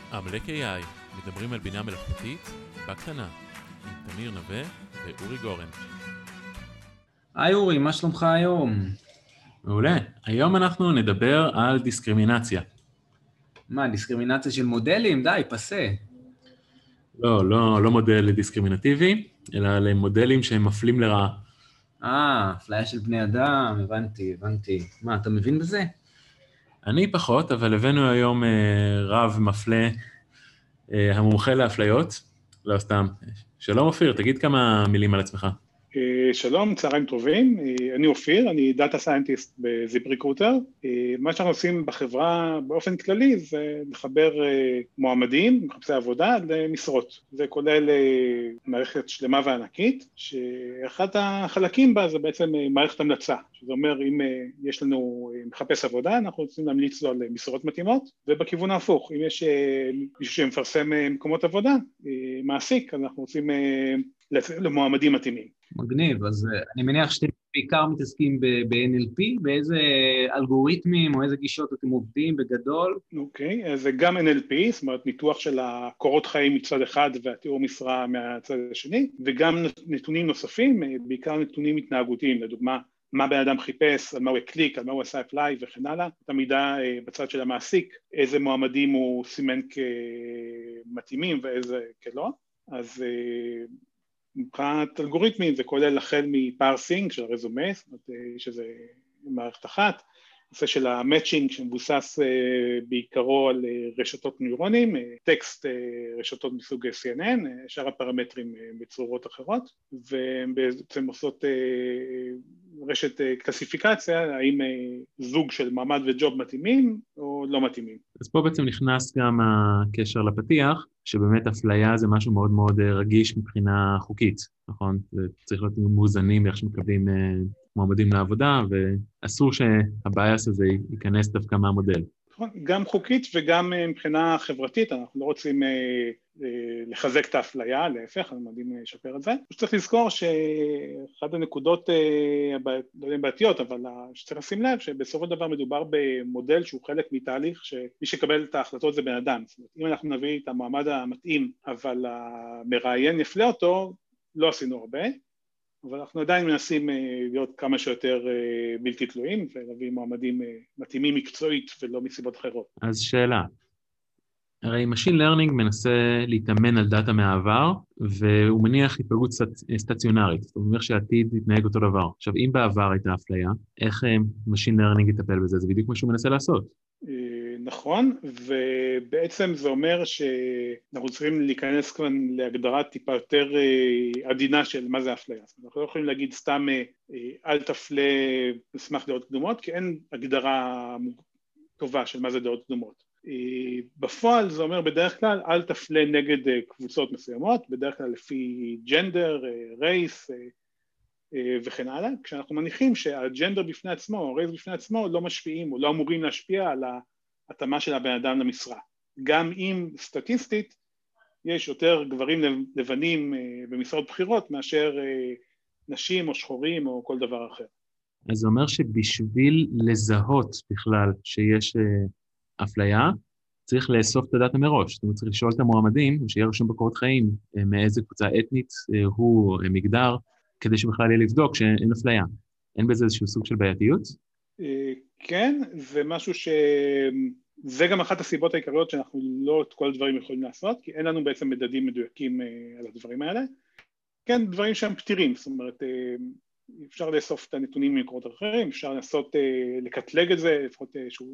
עמלק AI, מדברים על בינה מלאכותית בקטנה, עם תמיר נווה ואורי גורן. היי אורי, מה שלומך היום? מעולה, היום אנחנו נדבר על דיסקרימינציה. מה, דיסקרימינציה של מודלים? די, פסה. לא מודל דיסקרימינטיבי, אלא על מודלים שהם מפלים לרעה. אפליה של בני אדם, הבנתי. מה, אתה מבין בזה? אני פחות, אבל הבאנו היום רב מפלה, המומחה לאפליות. לא סתם. שלום אופיר, תגיד כמה מילים על עצמך. שלום, צהריים טובים, אני אופיר, אני דאטה סיינטיסט בזיפ ריקרוטר. מה שאנחנו עושים בחברה באופן כללי זה לחבר מועמדים, מחפשי עבודה, למשרות. זה כולל מערכת שלמה וענקית, שאחד החלקים בה זה בעצם מערכת המלצה, שזה אומר אם יש לנו מחפש עבודה, אנחנו רוצים להמליץ לו על משרות מתאימות, ובכיוון ההפוך, אם יש מישהו שמפרסם מקומות עבודה, מעסיק, אנחנו רוצים למועמדים מתאימים. מגניב, אז אני מניח שאתם בעיקר מתעסקים ב-NLP, באיזה אלגוריתמים או איזה גישות אתם עובדים בגדול? אוקיי, אז זה גם NLP, זאת אומרת ניתוח של הקורות חיים מצד אחד והתיאור משרה מהצד השני, וגם נתונים נוספים, בעיקר נתונים התנהגותיים, לדוגמה, מה בן אדם חיפש, על מה הוא הקליק, על מה הוא עשה אפליי וכן הלאה, את המידע בצד של המעסיק, איזה מועמדים הוא סימן כמתאימים ואיזה כלא, אז מבחינת אלגוריתמים זה כולל החל מפארסינג של הרזומה, זאת אומרת שזה מערכת אחת, נושא של המאצ'ינג שמבוסס בעיקרו על רשתות נוירונים, טקסט רשתות מסוג CNN, שאר הפרמטרים בצורות אחרות, והן בעצם עושות רשת קלסיפיקציה, האם זוג של מעמד וג'וב מתאימים או לא מתאימים. אז פה בעצם נכנס גם הקשר לפתיח, שבאמת אפליה זה משהו מאוד מאוד רגיש מבחינה חוקית, נכון? צריך להיות מאוזנים איך שמקבלים מועמדים לעבודה, ואסור שהבייס הזה ייכנס דווקא מהמודל. גם חוקית וגם מבחינה חברתית, אנחנו לא רוצים לחזק את האפליה, להפך, אנחנו מעדיפים לשפר את זה. צריך לזכור שאחד הנקודות, לא יודע בעתיות, אבל שצריך לשים לב, שבסופו של דבר מדובר במודל שהוא חלק מתהליך, שמי שקבל את ההחלטות זה בן אדם. זאת אומרת, אם אנחנו נביא את המועמד המתאים, אבל המראיין יפלה אותו, לא עשינו הרבה, אבל אנחנו עדיין מנסים להיות כמה שיותר בלתי תלויים, ולהביא מועמדים מתאימים מקצועית ולא מסיבות אחרות. אז שאלה, הרי Machine Learning מנסה להתאמן על דאטה מהעבר, והוא מניח התפלגות סטציונרית, זאת אומרת שהעתיד יתנהג אותו דבר. עכשיו, אם בעבר הייתה אפליה, איך Machine Learning יטפל בזה? זה בדיוק מה שהוא מנסה לעשות. נכון, ובעצם זה אומר שאנחנו צריכים להיכנס כאן להגדרה טיפה יותר עדינה של מה זה אפליה. אנחנו לא יכולים להגיד סתם אל תפלה נשמח דעות קדומות, כי אין הגדרה טובה של מה זה דעות קדומות. בפועל זה אומר בדרך כלל אל תפלה נגד קבוצות מסוימות, בדרך כלל לפי ג'נדר, רייס וכן הלאה, כשאנחנו מניחים שהג'נדר בפני עצמו או רייס בפני עצמו לא משפיעים או לא אמורים להשפיע על התאמה של הבן אדם למשרה. גם אם סטטיסטית יש יותר גברים לבנים במשרות בחירות מאשר נשים או שחורים או כל דבר אחר. אז זה אומר שבשביל לזהות בכלל שיש אפליה, צריך לאסוף את הדאטה מראש. זאת אומרת, צריך לשאול את המועמדים, שיהיה רשום בקורות חיים, מאיזה קבוצה אתנית הוא מגדר, כדי שבכלל יהיה לבדוק שאין אפליה. אין בזה איזשהו סוג של בעייתיות? כן, זה משהו זה גם אחת הסיבות העיקריות שאנחנו לא את כל הדברים יכולים לעשות, כי אין לנו בעצם מדדים מדויקים על הדברים האלה. כן, דברים שהם פתירים, זאת אומרת, אפשר לאסוף את הנתונים ממקורות אחרים, אפשר לנסות לקטלג את זה, לפחות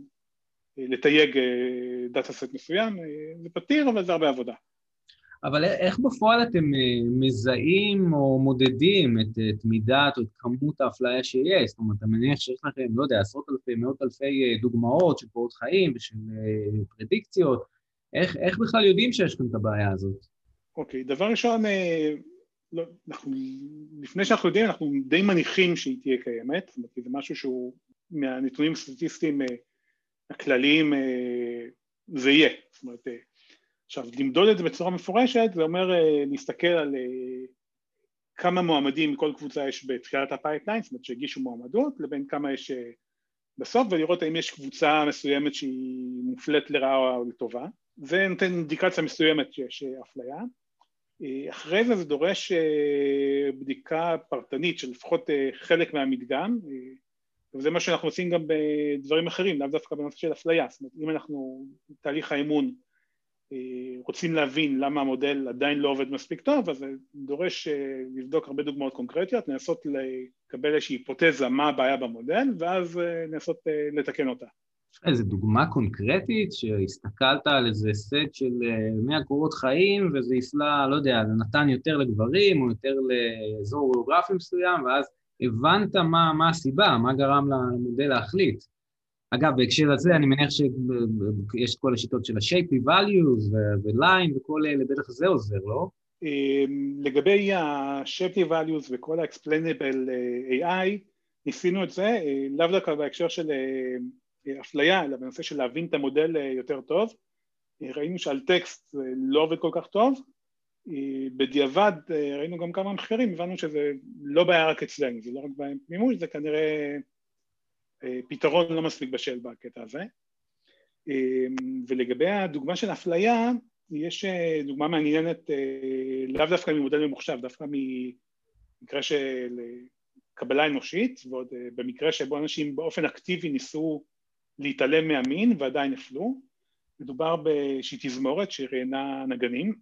לתייג דאטה סט מסוים, זה פתיר, אבל זה הרבה עבודה. אבל איך בפועל אתם מזהים או מודדים את מידת או את כמות האפליה שיש? זאת אומרת, אתה מניח שיש לכם, לא יודע, עשרות אלפי, מאות אלפי דוגמאות של קורות חיים ושל פרדיקציות. איך בכלל יודעים שיש כאן את הבעיה הזאת? אוקיי, דבר ראשון, לפני שאנחנו יודעים, אנחנו די מניחים שהיא תהיה קיימת, זאת אומרת, זה משהו שהוא מהנתונים הסטטיסטיים הכלליים, זה יהיה, זאת אומרת, עכשיו, למדוד את זה בצורה מפורשת, זה אומר להסתכל על כמה מועמדים מכל קבוצה יש בתחילת הפייפליין, זאת אומרת שהגישו מועמדות, לבין כמה יש בסוף, ולראות האם יש קבוצה מסוימת שהיא מופלט לרעה או לטובה. זה נותן אינדיקציה מסוימת שיש אפליה. אחרי זה דורש בדיקה פרטנית של לפחות חלק מהמדגם, וזה מה שאנחנו עושים גם בדברים אחרים, לאו דווקא בנושא של אפליה. זאת אומרת, אם אנחנו בתהליך האימון רוצים להבין למה המודל עדיין לא עובד מספיק טוב, אז זה דורש לבדוק הרבה דוגמאות קונקרטיות, לנסות לקבל איזושהי היפותזה מה הבעיה במודל, ואז לנסות לתקן אותה. איזו דוגמה קונקרטית שהסתכלת על איזה סט של 100 קורות חיים, וזה יפלה, לא יודע, נתן יותר לגברים או יותר לאזור גיאוגרפי מסוים, ואז הבנת מה הסיבה, מה גרם למודל להחליט. אגב, בהקשר הזה אני מניח שיש את כל השיטות של ה-Shapely Values ו-Line וכל אלה, בטח זה עוזר, לא? לגבי ה-Shapely Values וכל ה-Explainable AI, ניסינו את זה, לאו דווקא בהקשר של אפליה, אלא בנושא של להבין את המודל יותר טוב. ראינו שעל טקסט זה לא עובד כל כך טוב, בדיעבד ראינו גם כמה מחקרים, הבנו שזה לא בעיה רק אצלנו, זה לא רק בעיה מימוש, זה כנראה פתרון לא מספיק בשל בקטע הזה. ולגבי הדוגמה של אפליה, יש דוגמה מעניינת, לאו דווקא ממודל ממוחשב, דווקא ממקרה של קבלה אנושית, ועוד במקרה שבו אנשים באופן אקטיבי ניסו להתעלם מהמין ועדיין נפלו. מדובר באיזושהי תזמורת שראיינה נגנים,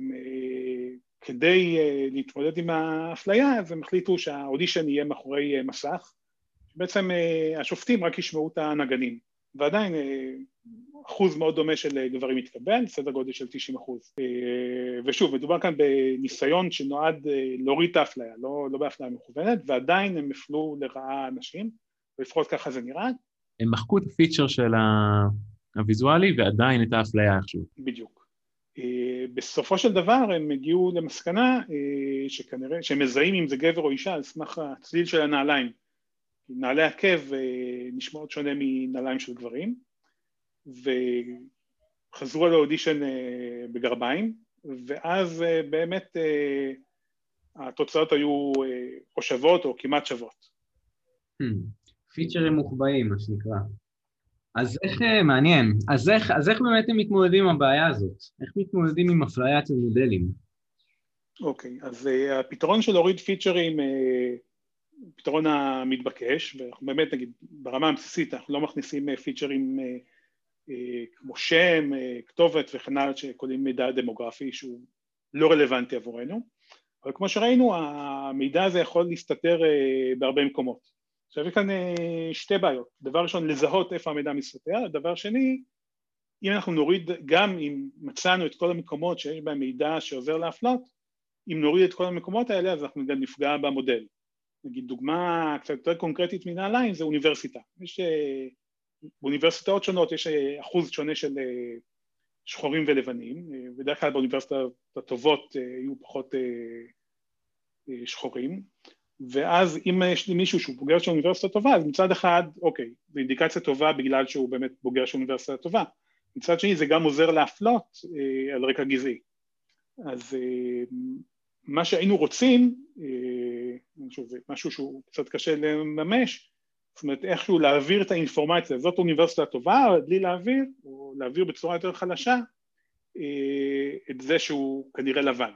כדי להתמודד עם האפליה, אז הם החליטו שהאודישן יהיה מאחורי מסך, בעצם השופטים רק ישמעו את הנגנים, ועדיין אחוז מאוד דומה של גברים מתקבל, סדר גודל של 90%. ושוב, מדובר כאן בניסיון שנועד להוריד את האפליה, לא באפליה מכוונת, ועדיין הם הפלו לרעה אנשים, ולפחות ככה זה נראה. הם מחקו את הפיצ'ר של הוויזואלי, ועדיין את האפליה איכשהו. בדיוק. בסופו של דבר הם הגיעו למסקנה שכנראה, שהם מזהים אם זה גבר או אישה, על סמך הצליל של הנעליים. נעלי עקב נשמעות שונה מנעליים של גברים, וחזרו על האודישן בגרביים, ואז באמת התוצאות היו או שוות או כמעט שוות. פיצ'רים מוחבאים, מה שנקרא. אז איך, מעניין, אז איך באמת הם מתמודדים עם הבעיה הזאת? איך מתמודדים עם אפליית מודלים? אוקיי, אז הפתרון של להוריד פיצ'רים, פתרון המתבקש, ואנחנו באמת נגיד ברמה הבסיסית, אנחנו לא מכניסים פיצ'רים כמו שם, כתובת וכן הלאה שכוללים מידע דמוגרפי שהוא לא רלוונטי עבורנו, אבל כמו שראינו, המידע הזה יכול להסתתר בהרבה מקומות. עכשיו יש כאן שתי בעיות, דבר ראשון לזהות איפה המידע מסתתר, דבר שני, אם אנחנו נוריד, גם אם מצאנו את כל המקומות שיש בהם מידע שעוזר להפלות, אם נוריד את כל המקומות האלה אז אנחנו גם נפגע במודל. נגיד דוגמה קצת יותר קונקרטית מנעליים זה אוניברסיטה, יש באוניברסיטאות שונות יש אחוז שונה של שחורים ולבנים, בדרך כלל באוניברסיטאות הטובות יהיו פחות שחורים, ואז אם יש לי מישהו שהוא בוגר של אוניברסיטה טובה, אז מצד אחד, אוקיי, זו אינדיקציה טובה בגלל שהוא באמת בוגר של אוניברסיטה טובה, מצד שני זה גם עוזר להפלות על רקע גזעי. אז מה שהיינו רוצים, זה משהו שהוא קצת קשה לממש, זאת אומרת איכשהו להעביר את האינפורמציה, זאת אוניברסיטה טובה, אבל בלי להעביר, או להעביר בצורה יותר חלשה, את זה שהוא כנראה לבן.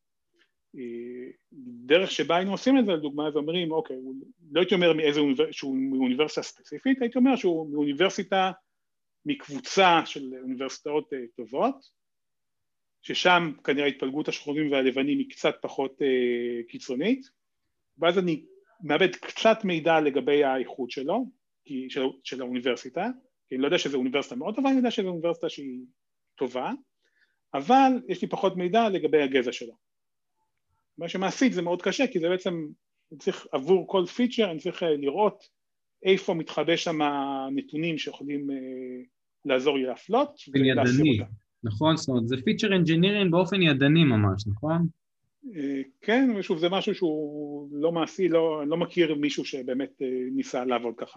דרך שבה היינו עושים את זה, לדוגמה, אז אומרים, אוקיי, לא הייתי אומר שהוא מאוניברסיטה ספציפית, הייתי אומר שהוא מאוניברסיטה מקבוצה של אוניברסיטאות טובות, ששם כנראה התפלגות השחורים והלבנים היא קצת פחות קיצונית, ואז אני מאבד קצת מידע לגבי האיכות שלו, של האוניברסיטה, כי אני לא יודע שזו אוניברסיטה מאוד טובה, אני יודע שזו אוניברסיטה שהיא טובה, אבל יש לי פחות מידע לגבי הגזע שלו. מה שמעשית זה מאוד קשה, כי זה בעצם, אני צריך עבור כל פיצ'ר, אני צריך לראות איפה מתחבש שם הנתונים שיכולים לעזור לי להפלות, ולהסיר אותם. נכון, זאת אומרת, זה פיצ'ר אנג'ינירינג באופן ידני ממש, נכון? כן, ושוב, זה משהו שהוא לא מעשי, לא מכיר מישהו שבאמת ניסה לעבוד ככה.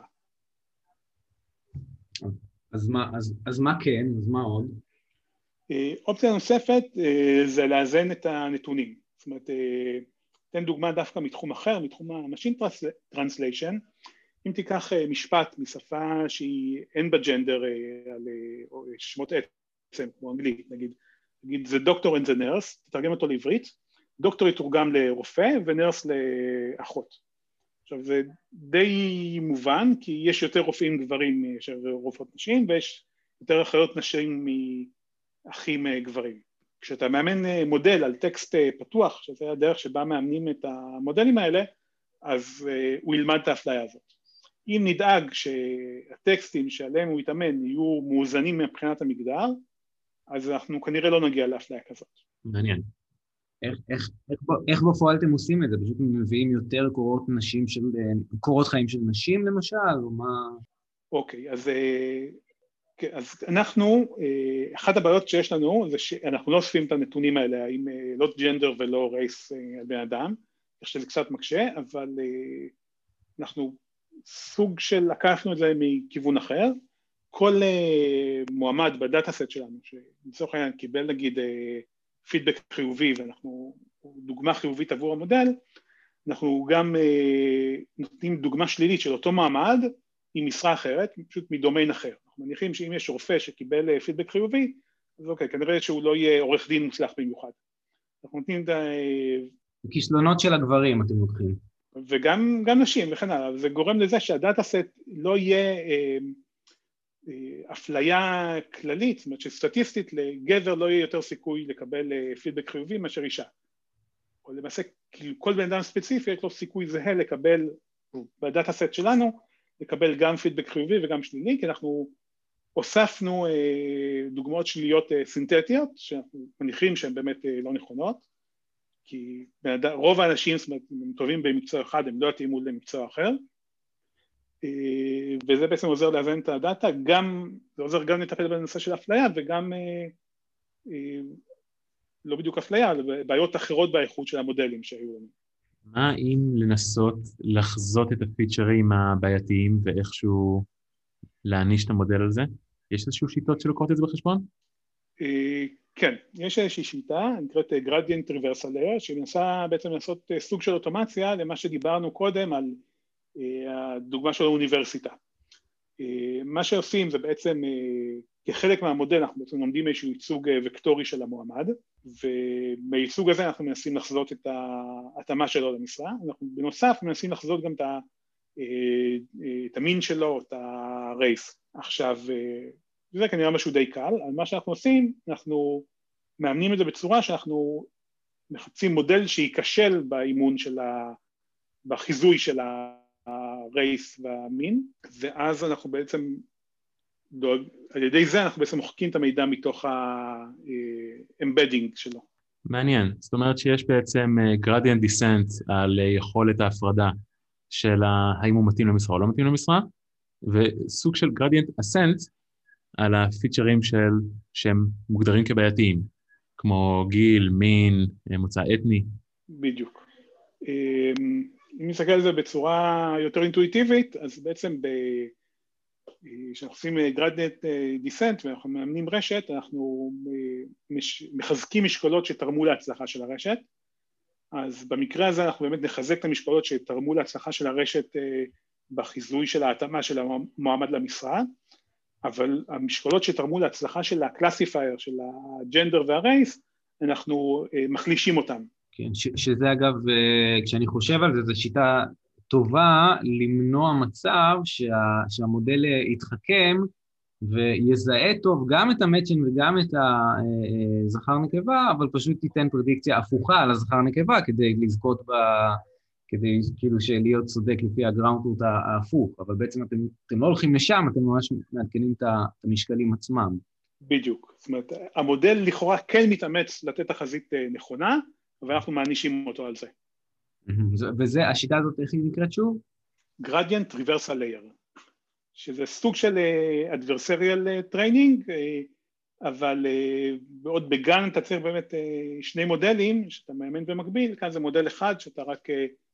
אז מה כן, אז מה עוד? אופציה נוספת זה לאזן את הנתונים. זאת אומרת, תן דוגמה דווקא מתחום אחר, מתחום ה-machine translation, אם תיקח משפט משפה שהיא אין בה ג'נדר על שמות בעצם, כמו אנגלית, נגיד זה דוקטור and the nurse, תתרגם אותו לעברית, דוקטור יתורגם לרופא ונרס לאחות. עכשיו זה די מובן, כי יש יותר רופאים גברים מאשר רופאות נשים, ויש יותר אחיות נשים מאחים גברים. כשאתה מאמן מודל על טקסט פתוח, שזה הדרך שבה מאמנים את המודלים האלה, אז הוא ילמד את האפליה הזאת. אם נדאג שהטקסטים שעליהם הוא יתאמן יהיו מאוזנים מבחינת המגדר, אז אנחנו כנראה לא נגיע לאפליה כזאת. מעניין. איך בפועל אתם עושים את זה? פשוט מביאים יותר קורות חיים של נשים למשל, או מה? אוקיי, אז אנחנו, אחת הבעיות שיש לנו זה שאנחנו לא אוספים את הנתונים האלה, עם לא ג'נדר ולא רייס על בן אדם, איך שזה קצת מקשה, אבל אנחנו סוג של לקחנו את זה מכיוון אחר, כל מועמד בדאטה-סט שלנו, שלצורך העניין קיבל נגיד פידבק חיובי, ואנחנו דוגמה חיובית עבור המודל, אנחנו גם נותנים דוגמה שלילית של אותו מעמד עם משרה אחרת, פשוט מדומיין אחר. אנחנו מניחים שאם יש רופא שקיבל פידבק חיובי, אז אוקיי, כנראה שהוא לא יהיה עורך דין מוצלח במיוחד. אנחנו נותנים את כישלונות של הגברים אתם לוקחים. וגם נשים וכן הלאה, זה גורם לזה שהדאטה-סט לא יהיה אפליה כללית, זאת אומרת שסטטיסטית לגבר לא יהיה יותר סיכוי לקבל פידבק חיובי מאשר אישה. או למעשה, כל בן אדם ספציפי יש לו סיכוי זהה לקבל, בדאטה-סט שלנו, לקבל גם פידבק חיובי וגם שלילי, כי אנחנו הוספנו דוגמאות שליליות סינתטיות, שאנחנו מניחים שהן באמת לא נכונות, כי רוב האנשים, זאת אומרת, הם טובים במקצוע אחד, הם לא יתאימו למקצוע אחר, וזה בעצם עוזר לאזן את הדאטה, זה עוזר גם לטפל בנושא של אפליה, וגם לא בדיוק אפליה, אבל בעיות אחרות באיכות של המודלים שהיו לנו. מה אם לנסות לחזות את הפיצ'רים הבעייתיים ואיכשהו להעניש את המודל על זה? יש איזשהו שיטות שלוקחות את זה בחשבון? כן, יש איזושהי שיטה, נקראת Gradient Reversal Layer, שמנסה בעצם לעשות סוג של אוטומציה למה שדיברנו קודם על הדוגמה של האוניברסיטה. מה שעושים זה בעצם, כחלק מהמודל אנחנו בעצם לומדים איזשהו ייצוג וקטורי של המועמד, ובייצוג הזה אנחנו מנסים לחזות את ההתאמה שלו למשרה, אנחנו בנוסף מנסים לחזות גם את המין שלו, את הרייס. עכשיו, זה כנראה משהו די קל, על מה שאנחנו עושים, אנחנו מאמנים את זה בצורה שאנחנו מחפשים מודל שייכשל באימון בחיזוי של הרייס והמין, ואז אנחנו בעצם, על ידי זה אנחנו בעצם מוחקים את המידע מתוך ה-embedding שלו. מעניין, זאת אומרת שיש בעצם gradient descent על יכולת ההפרדה של האם הוא מתאים למשרה או לא מתאים למשרה, וסוג של gradient ascent על הפיצ'רים שהם מוגדרים כבעייתיים, כמו גיל, מין, מוצא אתני. בדיוק. אם נסתכל על זה בצורה יותר אינטואיטיבית, אז בעצם כשאנחנו עושים gradient descent ואנחנו מאמנים רשת, אנחנו מחזקים משקולות שתרמו להצלחה של הרשת, אז במקרה הזה אנחנו באמת נחזק את המשקולות שתרמו להצלחה של הרשת בחיזוי של ההתאמה של המועמד למשרה, אבל המשקולות שתרמו להצלחה של הקלאסיפייר, של הג'נדר והרייס, אנחנו מחלישים אותם. כן, שזה אגב, כשאני חושב על זה, זו שיטה טובה למנוע מצב שהמודל יתחכם ויזהה טוב גם את המאצ'ינג וגם את הזכר נקבה, אבל פשוט תיתן פרדיקציה הפוכה על הזכר נקבה כדי לזכות כדי כאילו להיות צודק לפי הגראונד ההפוך, אבל בעצם אתם לא הולכים לשם, אתם ממש מעדכנים את המשקלים עצמם. בדיוק, זאת אומרת, המודל לכאורה כן מתאמץ לתת תחזית נכונה, ואנחנו מענישים אותו על זה. וזה, השיטה הזאת איך היא נקראת שוב? Gradient Reversal Layer, שזה סוג של adversarial training, אבל בעוד בגן אתה צריך באמת שני מודלים שאתה מאמן במקביל, כאן זה מודל אחד שאתה רק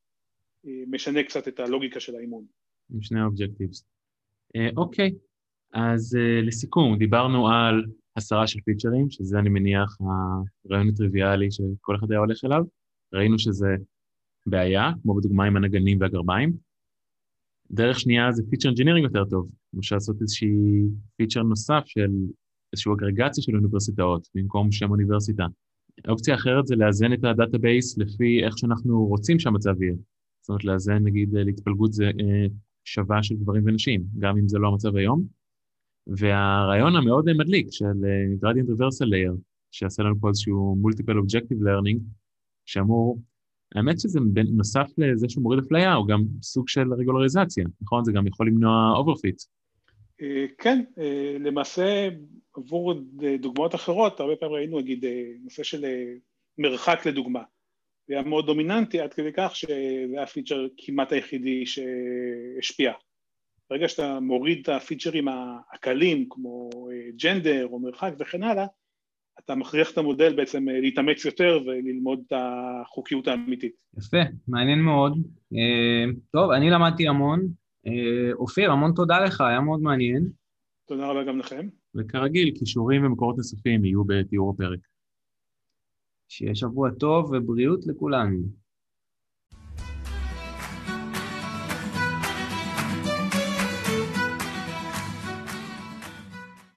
משנה קצת את הלוגיקה של האימון. עם שני האובג'קטיבס. אוקיי, אז לסיכום, דיברנו על הסרה של פיצ'רים, שזה אני מניח הרעיון הטריוויאלי שכל אחד היה הולך אליו, ראינו שזה בעיה, כמו בדוגמה עם הנגנים והגרביים. דרך שנייה זה פיצ'ר אנג'ינירינג יותר טוב, למשל לעשות איזושהי פיצ'ר נוסף של איזושהי אגרגציה של אוניברסיטאות, במקום שם אוניברסיטה. אופציה אחרת זה לאזן את הדאטאבייס לפי איך שאנחנו רוצים שהמצב יהיה. זאת אומרת, לאזן, נגיד, להתפלגות זה שווה של גברים ונשים, גם אם זה לא המצב היום. והרעיון המאוד מדליק של Gradient Reversal Layer, שעשה לנו פה איזשהו Multiple Objective Learning, שאמור, האמת שזה נוסף לזה שהוא מוריד אפליה, הוא גם סוג של רגולריזציה, נכון? זה גם יכול למנוע overfit. כן, למעשה עבור דוגמאות אחרות, הרבה פעמים ראינו, נגיד, נושא של מרחק לדוגמה. זה היה מאוד דומיננטי עד כדי כך שזה היה הפיצ'ר כמעט היחידי שהשפיע. ברגע שאתה מוריד את הפיצ'רים הקלים, כמו ג'נדר או מרחק וכן הלאה, אתה מכריח את המודל בעצם להתאמץ יותר וללמוד את החוקיות האמיתית. יפה, מעניין מאוד. טוב, אני למדתי המון. אופיר, המון תודה לך, היה מאוד מעניין. תודה רבה גם לכם. וכרגיל, קישורים ומקורות נוספים יהיו בתיאור הפרק. שיהיה שבוע טוב ובריאות לכולנו.